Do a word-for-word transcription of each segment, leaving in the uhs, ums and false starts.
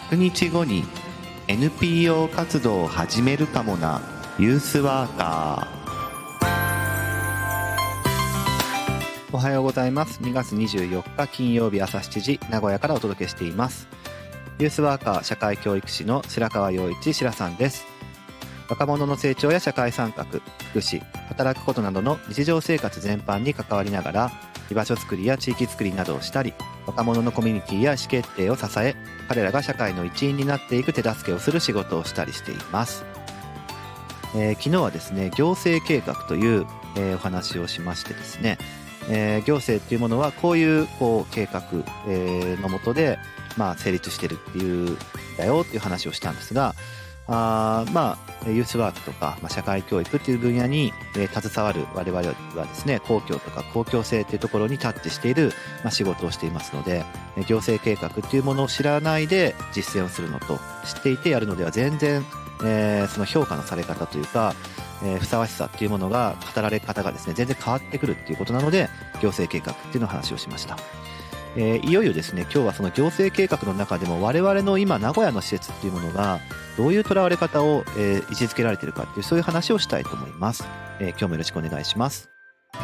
ひゃくにちごに エヌピーオー 活動を始めるかもなユースワーカー。おはようございます。にがつにじゅうよっか金曜日朝しちじ、名古屋からお届けしています。ユースワーカー社会教育士の白川陽一白さんです。若者の成長や社会参画、福祉、働くことなどの日常生活全般に関わりながら、居場所づくりや地域づくりなどをしたり、若者のコミュニティや意思決定を支え、彼らが社会の一員になっていく手助けをする仕事をしたりしています。えー、昨日はですね、行政計画という、えー、お話をしましてですね、えー、行政っていうものはこういう、こう計画、えー、の下で、まあ、成立してるっていうんだよっていう話をしたんですが、あまあ、ユースワークとか、まあ、社会教育っていう分野に、えー、携わる我々はですね、公共とか公共性っていうところにタッチしている、まあ、仕事をしていますので、行政計画っていうものを知らないで実践をするのと、知っていてやるのでは全然、えー、その評価のされ方というか、えー、ふさわしさっていうものが、語られ方がですね、全然変わってくるっていうことなので、行政計画っていうのを話をしました。えー、いよいよですね、今日はその行政計画の中でも我々の今名古屋の施設っていうものがどういう捉われ方を、えー、位置づけられているかっていう、そういう話をしたいと思います。えー、今日もよろしくお願いします。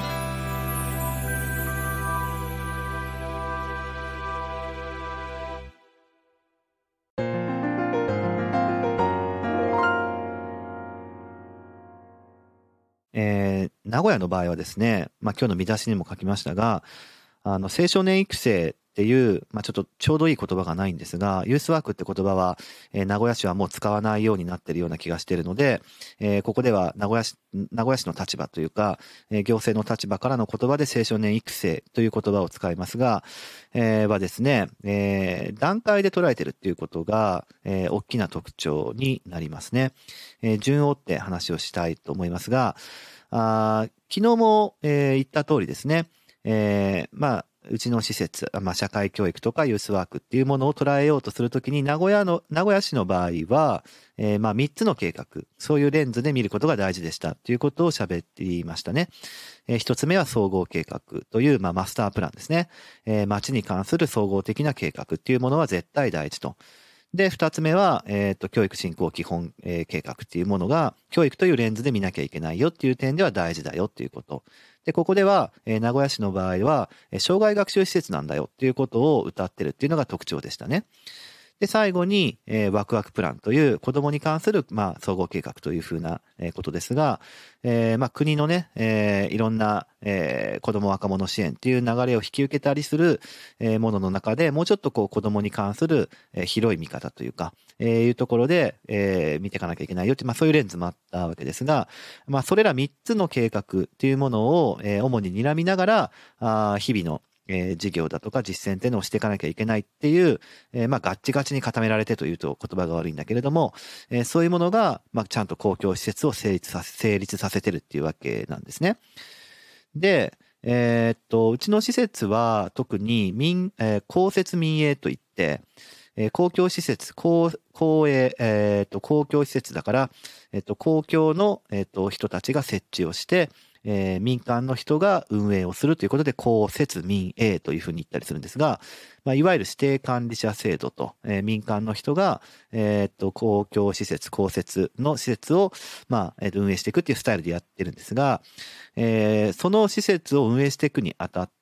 えー、名古屋の場合はですね、まあ、今日の見出しにも書きましたが、あの青少年育成っていう、まあ、ちょっとちょうどいい言葉がないんですが、ユースワークって言葉は、えー、名古屋市はもう使わないようになっているような気がしているので、えー、ここでは名古屋市、名古屋市の立場というか、えー、行政の立場からの言葉で青少年育成という言葉を使いますが、えー、はですね、えー、段階で捉えているっていうことが、えー、大きな特徴になりますね。えー、順を追って話をしたいと思いますが、あ昨日も、えー、言った通りですね、えー、まあ、うちの施設、まあ、社会教育とかユースワークっていうものを捉えようとするときに、名古屋の、名古屋市の場合は、えー、まあ、みっつの計画、そういうレンズで見ることが大事でしたということを喋っていましたね。えー、一つ目は総合計画という、まあ、マスタープランですね。えー、街に関する総合的な計画っていうものは絶対大事と。で、二つ目は、えっと、教育振興基本、えー、計画っていうものが、教育というレンズで見なきゃいけないよっていう点では大事だよっていうこと。で、ここでは、えー、名古屋市の場合は、えー、障害学習施設なんだよっていうことを謳ってるっていうのが特徴でしたね。で、最後に、えー、ワクワクプランという子供に関する、まあ、総合計画というふうな、えー、ことですが、えー、まあ、国のね、えー、いろんな、えー、子供若者支援っていう流れを引き受けたりする、えー、ものの中で、もうちょっとこう子供に関する、えー、広い見方というか、えー、いうところで、えー、見ていかなきゃいけないよって、まあ、そういうレンズもあったわけですが、まあ、それらみっつの計画っていうものを、えー、主に睨みながら、あ日々のえー、事業だとか実践っていうのをしていかなきゃいけないっていう、えー、まあ、ガッチガチに固められてというと言葉が悪いんだけれども、えー、そういうものが、まあ、ちゃんと公共施設を成立させ、成立させてるっていうわけなんですね。で、えー、っと、うちの施設は特に民、えー、公設民営といって、えー、公共施設、公、公営、えー、っと、公共施設だから、えー、っと、公共の、えー、っと、人たちが設置をして、えー、民間の人が運営をするということで、公設民営というふうに言ったりするんですが、まあ、いわゆる指定管理者制度と、えー、民間の人が、えー、っと、公共施設、公設の施設を、まあ、えー、運営していくっていうスタイルでやってるんですが、えー、その施設を運営していくにあたって、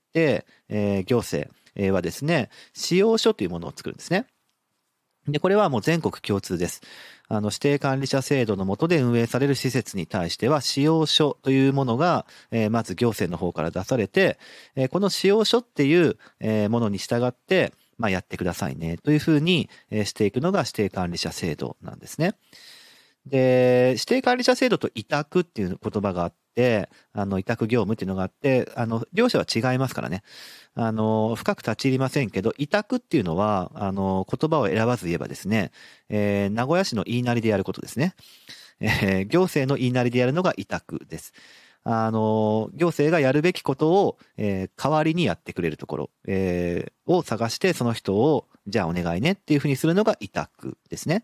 えー、行政はですね、使用書というものを作るんですね。で、これはもう全国共通です。あの、指定管理者制度の下で運営される施設に対しては、使用書というものが、えー、まず行政の方から出されて、えー、この使用書っていう、えー、ものに従って、まあ、やってくださいね、というふうに、えー、していくのが指定管理者制度なんですね。で、指定管理者制度と委託っていう言葉があって、あの、委託業務っていうのがあって、あの、両者は違いますからね。あの、深く立ち入りませんけど、委託っていうのは、あの、言葉を選ばず言えばですね、えー、名古屋市の言いなりでやることですね。えー、行政の言いなりでやるのが委託です。あの、行政がやるべきことを、えー、代わりにやってくれるところ、えー、を探して、その人を、じゃあお願いねっていうふうにするのが委託ですね。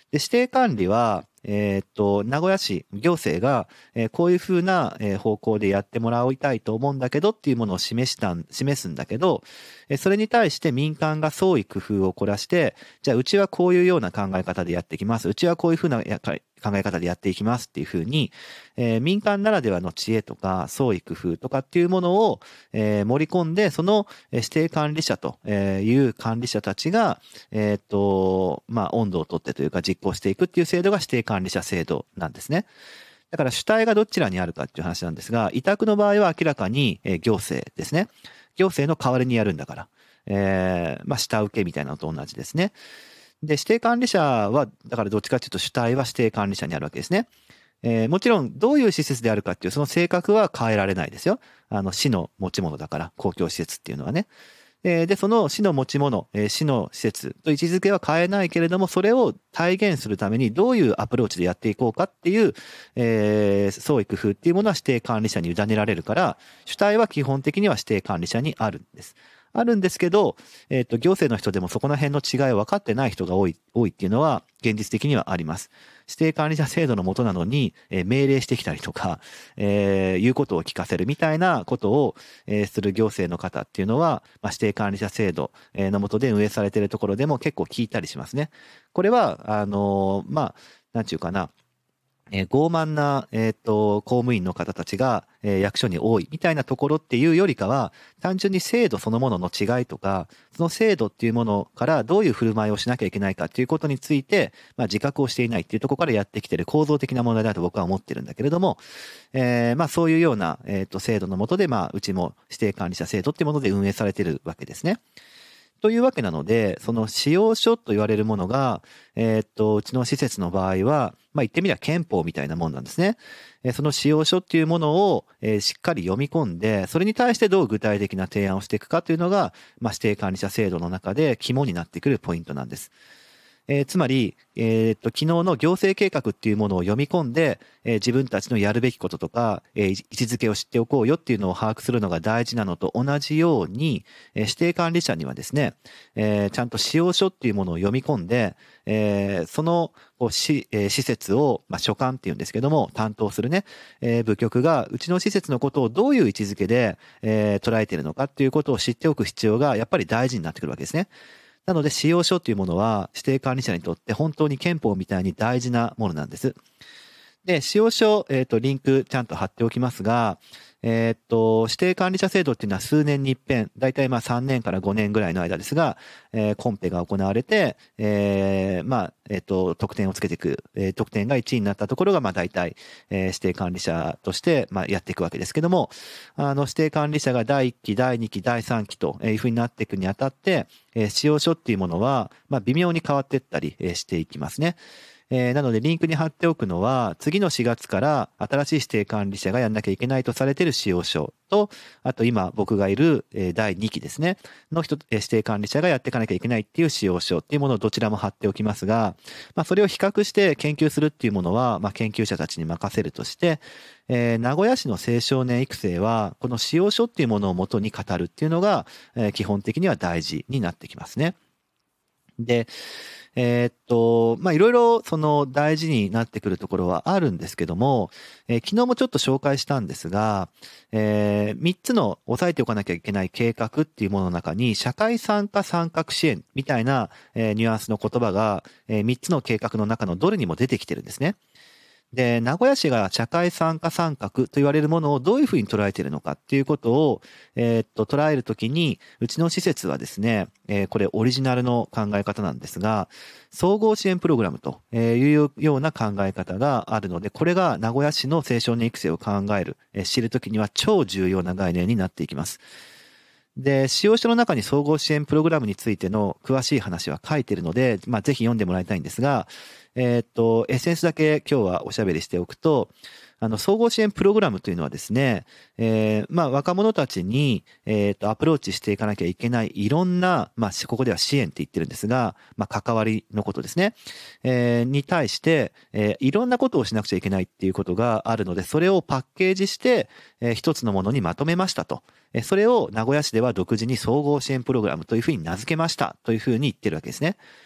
で、指定管理は、えーっと、名古屋市行政が、えーこういうふうなえー方向でやってもらいたいと思うんだけどっていうものを示したん、示すんだけど、えーそれに対して民間が創意工夫を凝らして、じゃあうちはこういうような考え方でやっていきます。うちはこういうふうなやか考え方でやっていきますっていうふうに、えー民間ならではの知恵とか創意工夫とかっていうものを、えー盛り込んで、そのえー指定管理者とえーいう管理者たちが、えーっと、まあ、温度をとってというか実行していくっていう制度が指定管理者制度なんですね。だから主体がどちらにあるかっていう話なんですが、委託の場合は明らかにえー行政ですね。行政の代わりにやるんだから。えーまあ、下請けみたいなのと同じですね。で、指定管理者は、だからどっちかというと主体は指定管理者にあるわけですね。えーもちろんどういう施設であるかっていうその性格は変えられないですよ。あの、市の持ち物だから、公共施設っていうのはね。えーで、その市の持ち物、えー市の施設と位置づけは変えないけれども、それを体現するためにどういうアプローチでやっていこうかっていう、えー創意工夫っていうものは指定管理者に委ねられるから、主体は基本的には指定管理者にあるんです。あるんですけど、えっと、行政の人でもそこら辺の違いを分かってない人が多い、多いっていうのは現実的にはあります。指定管理者制度のもとなのに、えー命令してきたりとか、えー言うことを聞かせるみたいなことを、えーする行政の方っていうのは、まあ、指定管理者制度えーのもとで運営されているところでも結構聞いたりしますね。これは、あのーまあ、なんちゅうかな、えー傲慢な、えっと、公務員の方たちが、えー役所に多いみたいなところっていうよりかは、単純に制度そのものの違いとか、その制度っていうものからどういう振る舞いをしなきゃいけないかっていうことについて、まあ、自覚をしていないっていうところからやってきている構造的な問題だと僕は思ってるんだけれども、えーまあそういうような、えっと、制度のもとで、まあうちも指定管理者制度っていうもので運営されているわけですね。というわけなので、その使用書と言われるものが、えーっと、うちの施設の場合は、まあ言ってみれば憲法みたいなもんなんですね。えーその使用書っていうものを、えーしっかり読み込んで、それに対してどう具体的な提案をしていくかというのが、まあ指定管理者制度の中で肝になってくるポイントなんです。えーつまり、えーっと、昨日の行政計画っていうものを読み込んで、えー自分たちのやるべきこととか、えー位置づけを知っておこうよっていうのを把握するのが大事なのと同じように、えー指定管理者にはですね、えーちゃんと使用書っていうものを読み込んで、えーそのこうし、えー施設を、まあ、所管っていうんですけども、担当するね、えー部局がうちの施設のことをどういう位置づけで、えー捉えているのかっていうことを知っておく必要がやっぱり大事になってくるわけですね。なので、使用書っていうものは指定管理者にとって本当に憲法みたいに大事なものなんです。で、使用書、えっと、リンクちゃんと貼っておきますが、えっと、指定管理者制度っていうのは数年に一遍、だいたいまあさんねんからごねんぐらいの間ですが、えーコンペが行われて、えーまあ、えっと、得点をつけていく、えー得点がいちいになったところが、まあ大体、えー指定管理者として、まあやっていくわけですけども、あの、指定管理者がだいいっき、だいにき、だいさんきというふうになっていくにあたって、えー使用書っていうものは、まあ微妙に変わっていったりえーしていきますね。えーなので、リンクに貼っておくのは、次のしがつから新しい指定管理者がやんなきゃいけないとされている使用書と、あと今僕がいるえーだいにきですね、の人、えー指定管理者がやっていかなきゃいけないっていう使用書っていうものをどちらも貼っておきますが、まあそれを比較して研究するっていうものは、まあ研究者たちに任せるとして、えー名古屋市の青少年育成は、この使用書っていうものをもとに語るっていうのが、えー基本的には大事になってきますね。で、えーっと、まあ、いろいろその大事になってくるところはあるんですけども、えー昨日もちょっと紹介したんですが、えー、みっつの押さえておかなきゃいけない計画っていうものの中に、社会参加参画支援みたいな、えーニュアンスの言葉が、えーみっつの計画の中のどれにも出てきてるんですね。で、名古屋市が社会参加参画と言われるものをどういうふうに捉えているのかっていうことを、えーっと、捉えるときに、うちの施設はですね、えーこれオリジナルの考え方なんですが、総合支援プログラムというような考え方があるので、これが名古屋市の青少年育成を考える、えー知るときには超重要な概念になっていきます。で、使用書の中に総合支援プログラムについての詳しい話は書いているので、まあ、ぜひ読んでもらいたいんですが、えーっと、エッセンスだけ今日はおしゃべりしておくと、あの、総合支援プログラムというのはですね、えーまあ、若者たちに、えーっと、アプローチしていかなきゃいけないいろんな、まあ、ここでは支援って言ってるんですが、まあ、関わりのことですね。えーに対して、えーいろんなことをしなくちゃいけないっていうことがあるので、それをパッケージして、えー一つのものにまとめましたと。えーそれを名古屋市では独自に総合支援プログラムというふうに名付けましたというふうに言ってるわけですね。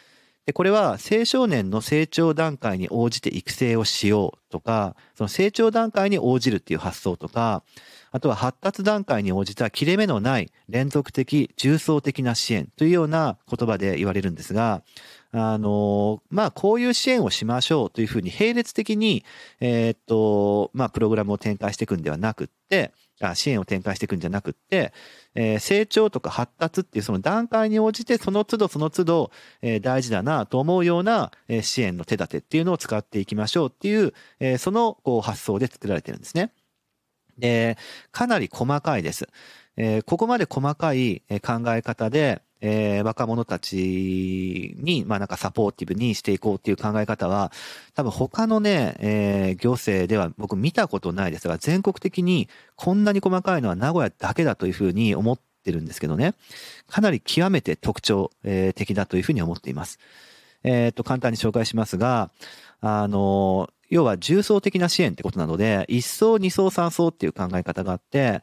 で、これは青少年の成長段階に応じて育成をしようとか、その成長段階に応じるっていう発想とか、あとは発達段階に応じた切れ目のない連続的、重層的な支援というような言葉で言われるんですが、あの、まあ、こういう支援をしましょうというふうに並列的に、えーっと、まあ、プログラムを展開していくんではなくって、あ支援を展開していくんじゃなくって、えー成長とか発達っていうその段階に応じてその都度その都度、えー大事だなと思うような、えー支援の手立てっていうのを使っていきましょうっていう、えーそのこう発想で作られてるんですね。で、かなり細かいです。えーここまで細かいえー考え方で、えー若者たちに、まあなんかサポーティブにしていこうっていう考え方は、多分他のね、えー行政では僕見たことないですが、全国的にこんなに細かいのは名古屋だけだというふうに思ってるんですけどね。かなり極めて特徴、えー的だというふうに思っています。えっと、簡単に紹介しますが、あの、要は重層的な支援ってことなので、いっ層、に層、さん層っていう考え方があって、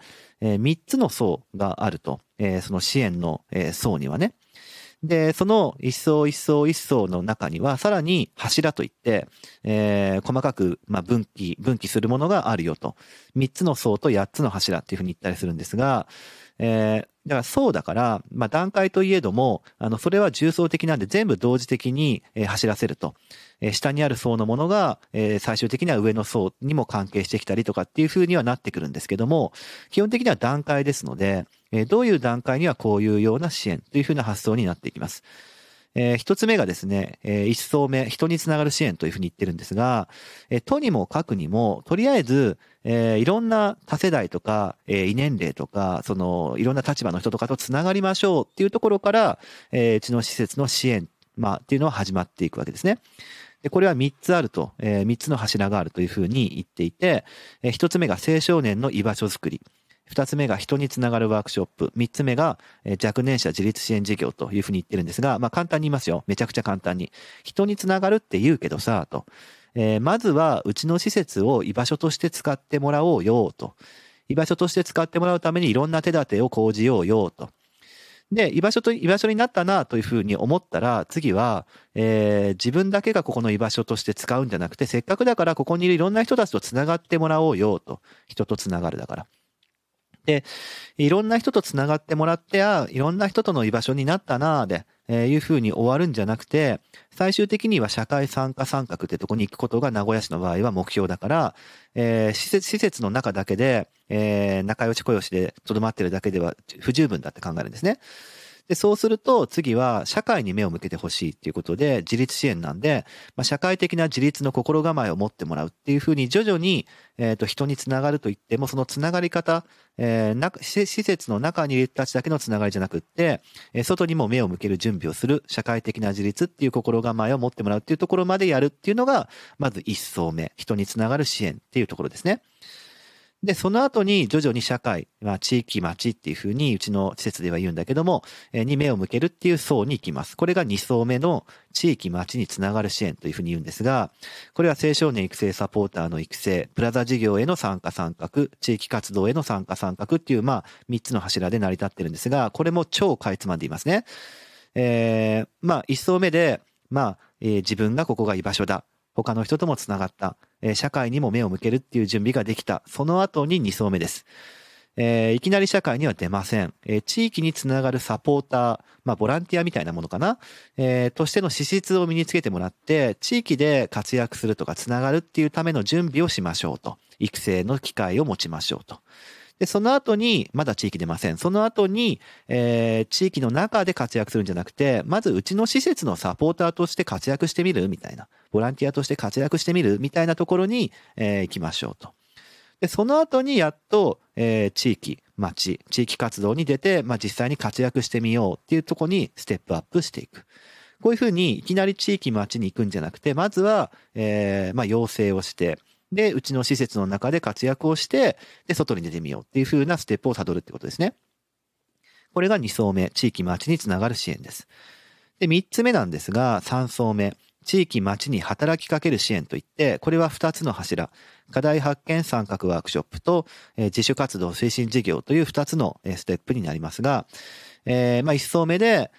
えー、みっつの層があると、えーその支援の、えー層にはね。で、その一層一層一層の中には、さらに柱といって、えー細かく、まあ、分岐、分岐するものがあるよと。三つの層と八つの柱っていうふうに言ったりするんですが、えーだから層だから、まあ、段階といえども、あの、それは重層的なんで全部同時的に、えー走らせると。えー下にある層のものが、えー最終的には上の層にも関係してきたりとかっていうふうにはなってくるんですけども、基本的には段階ですので、えーどういう段階にはこういうような支援というふうな発想になっていきます。えー一つ目がですね、えー一層目、人につながる支援というふうに言ってるんですが、えーとにもかくにも、とりあえず、えーいろんな多世代とか、えー異年齢とか、その、いろんな立場の人とかとつながりましょうっていうところから、えーうちの施設の支援、まあ、っていうのは始まっていくわけですね。で、これはみっつあると、えー、みっつの柱があるというふうに言っていて、えー、ひとつめが青少年の居場所づくり。二つ目が人につながるワークショップ。三つ目がえー若年者自立支援事業というふうに言ってるんですが、まあ簡単に言いますよ。めちゃくちゃ簡単に。人につながるって言うけどさ、と。えーまずはうちの施設を居場所として使ってもらおうよ、と。居場所として使ってもらうためにいろんな手立てを講じようよ、と。で、居場所と、居場所になったなというふうに思ったら、次は、えー自分だけがここの居場所として使うんじゃなくて、せっかくだからここにいるいろんな人たちとつながってもらおうよ、と。人とつながるだから。で、いろんな人とつながってもらって、あいろんな人との居場所になったなぁで、えーいうふうに終わるんじゃなくて、最終的には社会参加参画ってとこに行くことが名古屋市の場合は目標だから、えー施設、施設の中だけで、えー仲良し小良しで留まってるだけでは不十分だって考えるんですね。で、そうすると次は社会に目を向けてほしいっていうことで自立支援なんで、まあ、社会的な自立の心構えを持ってもらうっていうふうに徐々に、えっと、人につながると言っても、そのつながり方、えーな施施設の中にいる人たちだけのつながりじゃなくって、えー外にも目を向ける準備をする社会的な自立っていう心構えを持ってもらうっていうところまでやるっていうのが、まず一層目、人につながる支援っていうところですね。で、その後に徐々に社会、まあ、地域、町っていうふうにうちの施設では言うんだけども、えーに目を向けるっていう層に行きます。これがに層目の地域、町につながる支援というふうに言うんですが、これは青少年育成サポーターの育成、プラザ事業への参加参画、地域活動への参加参画っていう、まあ、みっつの柱で成り立ってるんですが、これも超かいつまんでいますね。えーまあ、一層目で、まあ、えー自分がここが居場所だ。他の人ともつながった。えー社会にも目を向けるっていう準備ができた。その後にに層目です。えーいきなり社会には出ません。えー地域につながるサポーター、まあ、ボランティアみたいなものかな、えーとしての資質を身につけてもらって、地域で活躍するとかつながるっていうための準備をしましょうと。育成の機会を持ちましょうと。で、その後に、まだ地域出ません。その後に、えー地域の中で活躍するんじゃなくて、まずうちの施設のサポーターとして活躍してみるみたいな。ボランティアとして活躍してみるみたいなところに、えー行きましょうと。で、その後にやっと、えー地域、町、地域活動に出て、まあ、実際に活躍してみようっていうところにステップアップしていく。こういうふうにいきなり地域、町に行くんじゃなくて、まずは、えーまあ、要請をして、で、うちの施設の中で活躍をして、で、外に出てみようっていうふうなステップをたどるってことですね。これがに層目、地域、町につながる支援です。で、みっつめなんですが、さん層目、地域、町に働きかける支援といって、これはふたつの柱、課題発見参画ワークショップと、えー自主活動推進事業というふたつのえーステップになりますが、えーまあ、いっ層目で、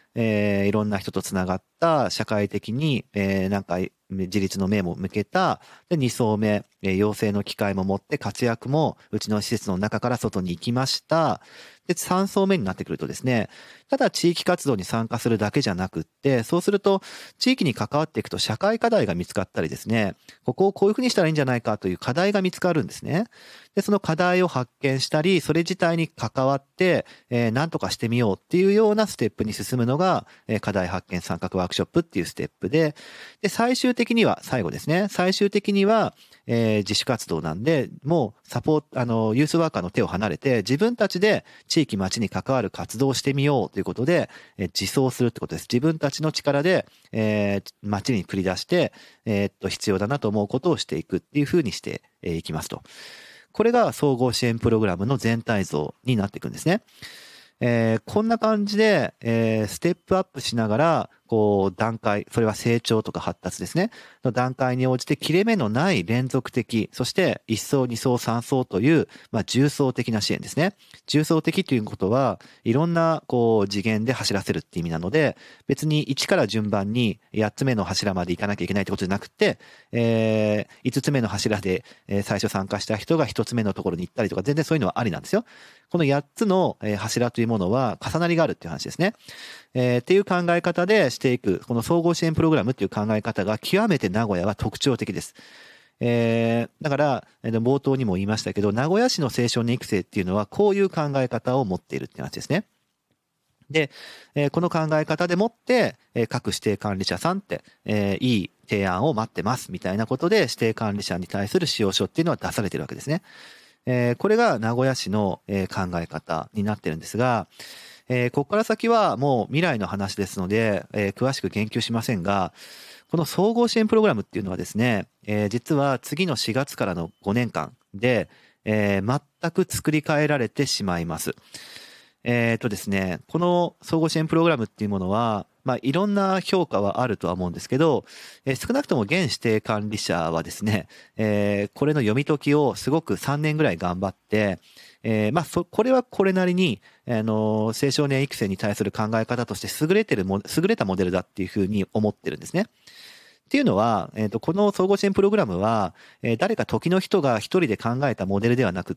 えーいろんな人とつながった社会的に、えーなんか自立の目も向けた。で、に層目、えー養成の機会も持って活躍もうちの施設の中から外に行きました。で、さん層目になってくるとですね、ただ地域活動に参加するだけじゃなくって、そうすると地域に関わっていくと社会課題が見つかったりですね、ここをこういうふうにしたらいいんじゃないかという課題が見つかるんですね。で、その課題を発見したり、それ自体に関わって、えー、何とかしてみようっていうようなステップに進むのが、えー課題発見参画ワークショップっていうステップで、で、最終的には、最後ですね、最終的には、えー自主活動なんで、もうサポート、あの、ユースワーカーの手を離れて、自分たちで地域町に関わる活動をしてみようということで、えー自走するってことです。自分たちの力で、えー町に繰り出して、えーっと、必要だなと思うことをしていくっていうふうにしてえーいきますと。これが総合支援プログラムの全体像になっていくんですね。えーこんな感じで、えーステップアップしながら、こう、段階、それは成長とか発達ですね。の段階に応じて切れ目のない連続的、そしていっ層、に層、さん層という、まあ、重層的な支援ですね。重層的ということは、いろんな、こう、次元で走らせるって意味なので、別にいちから順番にやっつめの柱まで行かなきゃいけないってことじゃなくて、えー、いつつめの柱で、えー最初参加した人がひとつめのところに行ったりとか、全然そういうのはありなんですよ。このやっつのえー柱というものは重なりがあるっていう話ですね。えーっていう考え方でしていく、この総合支援プログラムっていう考え方が極めて名古屋は特徴的です。えーだから、えー冒頭にも言いましたけど、名古屋市の青少年育成っていうのはこういう考え方を持っているっていう話ですね。で、えーこの考え方でもって、えー各指定管理者さんって、えーいい提案を待ってますみたいなことで指定管理者に対する使用書っていうのは出されてるわけですね。えーこれが名古屋市の、えー考え方になってるんですが、えーここから先はもう未来の話ですので、えー詳しく言及しませんが、この総合支援プログラムっていうのはですね、えー実は次のしがつからのごねんかんで、えー全く作り変えられてしまいます。えっとですね、この総合支援プログラムっていうものは、まあ、いろんな評価はあるとは思うんですけど、えー少なくとも現指定管理者はですね、えーこれの読み解きをすごくさんねんぐらい頑張って、えーまあ、そ、これはこれなりに、あの、青少年育成に対する考え方として優れてるも、優れたモデルだっていうふうに思ってるんですね。っていうのは、えっと、この総合支援プログラムは、えー誰か時の人が一人で考えたモデルではなくって、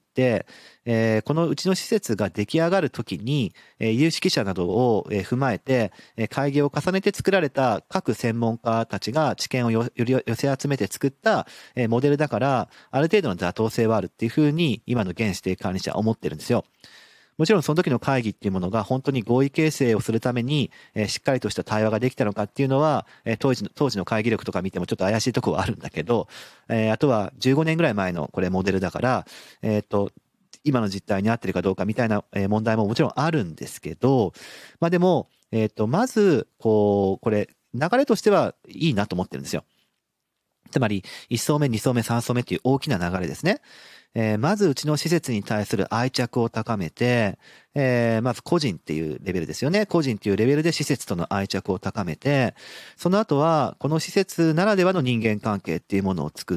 えーこのうちの施設が出来上がるときに、えー有識者などをえー踏まえて、えー会議を重ねて作られた各専門家たちが知見をよより寄せ集めて作ったえーモデルだから、ある程度の妥当性はあるっていうふうに、今の現指定管理者は思ってるんですよ。もちろんその時の会議っていうものが本当に合意形成をするために、えーしっかりとした対話ができたのかっていうのは、えー当時の、当時の会議力とか見てもちょっと怪しいところはあるんだけど、えーあとはじゅうごねんぐらい前のこれモデルだから、えっと、今の実態に合ってるかどうかみたいなえー問題ももちろんあるんですけど、まあでも、えっと、まず、こう、これ、流れとしてはいいなと思ってるんですよ。つまり、いっ層目、に層目、さん層目っていう大きな流れですね。えーまずうちの施設に対する愛着を高めて、えーまず個人っていうレベルですよね。個人っていうレベルで施設との愛着を高めて、その後はこの施設ならではの人間関係っていうものを作って、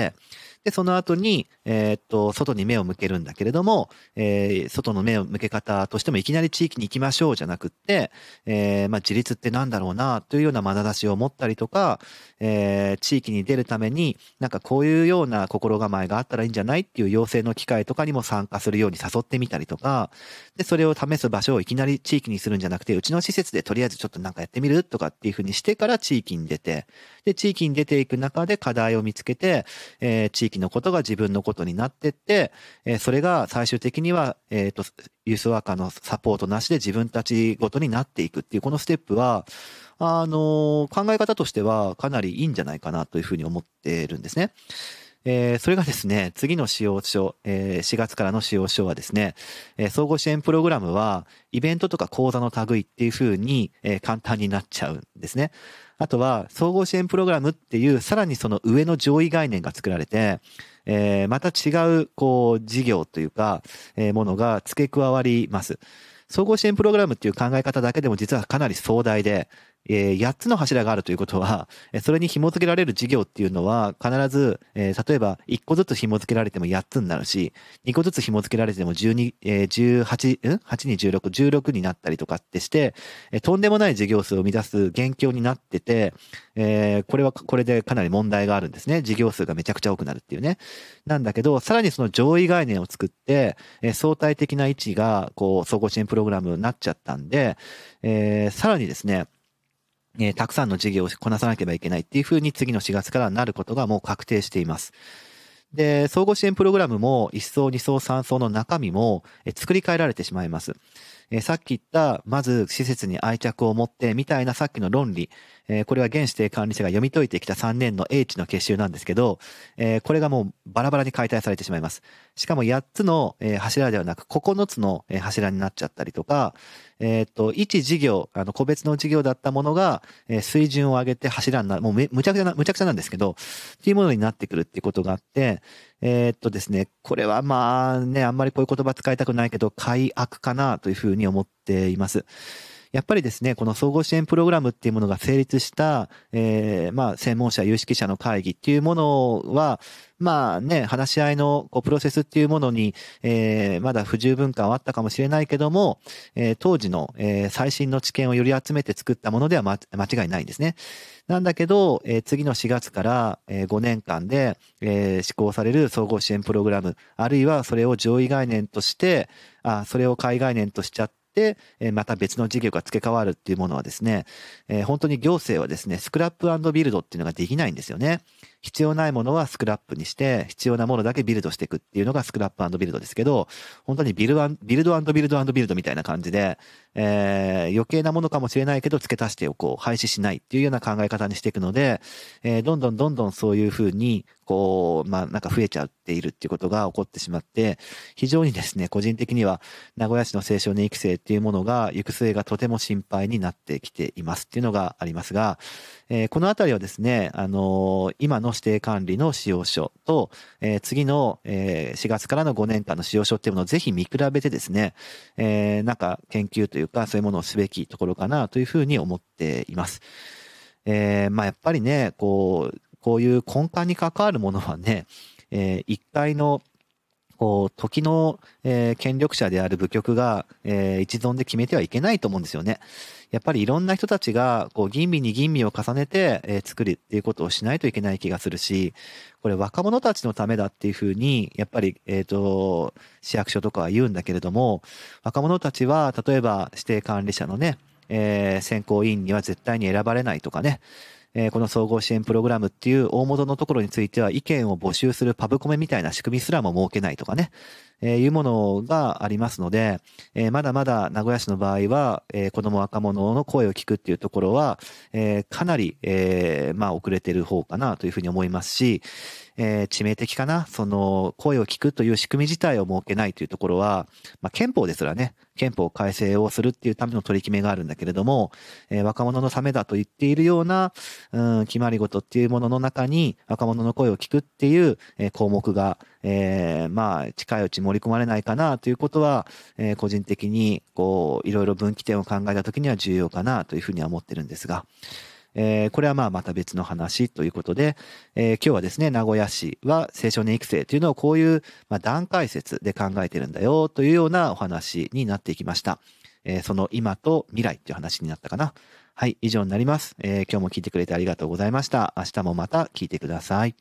で、その後に、えーっと、外に目を向けるんだけれども、えー外の目を向け方としてもいきなり地域に行きましょうじゃなくって、えーまあ、自立ってなんだろうな、というような眼差しを持ったりとか、えー地域に出るために、なんかこういうような心構えがあったらいいんじゃないっていう養成の機会とかにも参加するように誘ってみたりとか、で、それを試す場所をいきなり地域にするんじゃなくて、うちの施設でとりあえずちょっとなんかやってみるとかっていうふうにしてから地域に出て、で、地域に出ていく中で課題を見つけて、えー地域のことが自分のことになってって、えーそれが最終的には、えっと、ユースワーカーのサポートなしで自分たちごとになっていくっていうこのステップは、あの考え方としてはかなりいいんじゃないかなというふうに思ってるんですね。えーそれがですね、次の使用書、えーしがつからの使用書はですね、えー総合支援プログラムは、イベントとか講座の類っていうふうに、えー簡単になっちゃうんですね。あとは、総合支援プログラムっていう、さらにその上の上位概念が作られて、えーまた違う、こう、事業というか、えーものが付け加わります。総合支援プログラムっていう考え方だけでも実はかなり壮大で、 えー、やっつの柱があるということは、それに紐付けられる事業っていうのは必ず、えー、例えばいっこずつ紐付けられてもやっつになるし、にこずつ紐付けられてもじゅうに、えー、じゅうはち、ん ?はち にじゅうろく、じゅうろくになったりとかってして、えー、とんでもない事業数を生み出す元凶になってて、えー、これはこれでかなり問題があるんですね。事業数がめちゃくちゃ多くなるっていうね。なんだけど、さらにその上位概念を作って、えー、相対的な位置が、こう、総合支援プログラムになっちゃったんで、えー、さらにですね、えー、たくさんの事業をこなさなければいけないっていうふうに次のしがつからなることがもう確定しています。で、総合支援プログラムもいっ層、に層、さん層の中身も作り変えられてしまいます。えー、さっき言った、まず施設に愛着を持ってみたいなさっきの論理、えー、これは現指定管理者が読み解いてきたさんねんの英知の結集なんですけど、えー、これがもうバラバラに解体されてしまいます。しかもやっつの、えー、柱ではなくここのつの、えー、柱になっちゃったりとか、えっと、一事業、あの、個別の事業だったものが、えー、水準を上げて柱になる、もうめ、むちゃくちゃな、むちゃくちゃなんですけど、っていうものになってくるっていうことがあって、えー、っとですね、これはまあね、あんまりこういう言葉使いたくないけど、改悪かなというふうに思っています。やっぱりですね、この総合支援プログラムっていうものが成立した、えー、まあ、専門者、有識者の会議っていうものは、まあね、話し合いのこうプロセスっていうものに、えー、まだ不十分感はあったかもしれないけども、えー、当時の、えー、最新の知見をより集めて作ったものでは、ま、間違いないんですね。なんだけど、えー、次のしがつから、えー、ごねんかんで、えー、施行される総合支援プログラム、あるいはそれを上位概念として、あ、それを下位概念としちゃって、で、また別の事業が付け替わるっていうものはですね、えー、本当に行政はですね、スクラップ&ビルドっていうのができないんですよね。必要ないものはスクラップにして、必要なものだけビルドしていくっていうのがスクラップ&ビルドですけど、本当にビルド、ビルド&ビルド&ビルドみたいな感じで、えー、余計なものかもしれないけど付け足しておこう、廃止しないっていうような考え方にしていくので、えー、どんどんどんどんそういうふうに、こう、まあなんか増えちゃっているっていうことが起こってしまって、非常にですね、個人的には名古屋市の青少年育成っていうものが、行く末がとても心配になってきていますっていうのがありますが、えー、このあたりはですね、あのー、今の指定管理の使用書と、えー、次の、えー、しがつからのごねんかんの使用書っていうものをぜひ見比べてですね、えー、なんか研究というかそういうものをすべきところかなというふうに思っています。えー、まあやっぱりね、こう、こういう根幹に関わるものはね、えー、一回のこう、時の、えー、権力者である部局が、えー、一存で決めてはいけないと思うんですよね。やっぱりいろんな人たちが、こう、吟味に吟味を重ねて、えー、作るっていうことをしないといけない気がするし、これ若者たちのためだっていうふうに、やっぱり、えっと、市役所とかは言うんだけれども、若者たちは、例えば指定管理者のね、えー、選考委員には絶対に選ばれないとかね、えー、この総合支援プログラムっていう大元のところについては意見を募集するパブコメみたいな仕組みすらも設けないとかね、えー、いうものがありますので、えー、まだまだ名古屋市の場合は、えー、子ども若者の声を聞くっていうところは、えー、かなり、えー、まあ遅れてる方かなというふうに思いますし、えー、致命的かな、その声を聞くという仕組み自体を設けないというところは、まあ憲法ですらね、憲法改正をするっていうための取り決めがあるんだけれども、えー、若者のためだと言っているような、うん、決まり事っていうものの中に若者の声を聞くっていう、えー、項目が、えー、まあ近いうち盛り込まれないかなということは、えー、個人的にこういろいろ分岐点を考えたときには重要かなというふうには思ってるんですが、えー、これはまあまた別の話ということで、えー、今日はですね、名古屋市は青少年育成というのをこういうまあ段階説で考えてるんだよというようなお話になっていきました。えー、その今と未来という話になったかな。はい、以上になります。えー、今日も聞いてくれてありがとうございました。明日もまた聞いてください。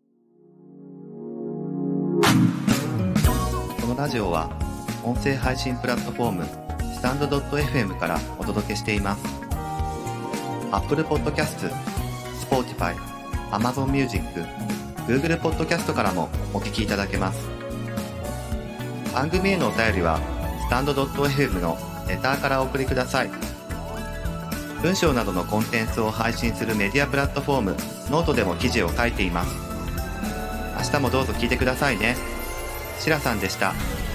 このラジオは音声配信プラットフォームスタンド ドットエフエム からお届けしています。Apple Podcast、Spotify、Amazon Music、Google Podcast からもお聞きいただけます。番組へのお便りはスタンド ドットエフエム のレターからお送りください。文章などのコンテンツを配信するメディアプラットフォームノートでも記事を書いています。明日もどうぞ聞いてくださいね。しらさんでした。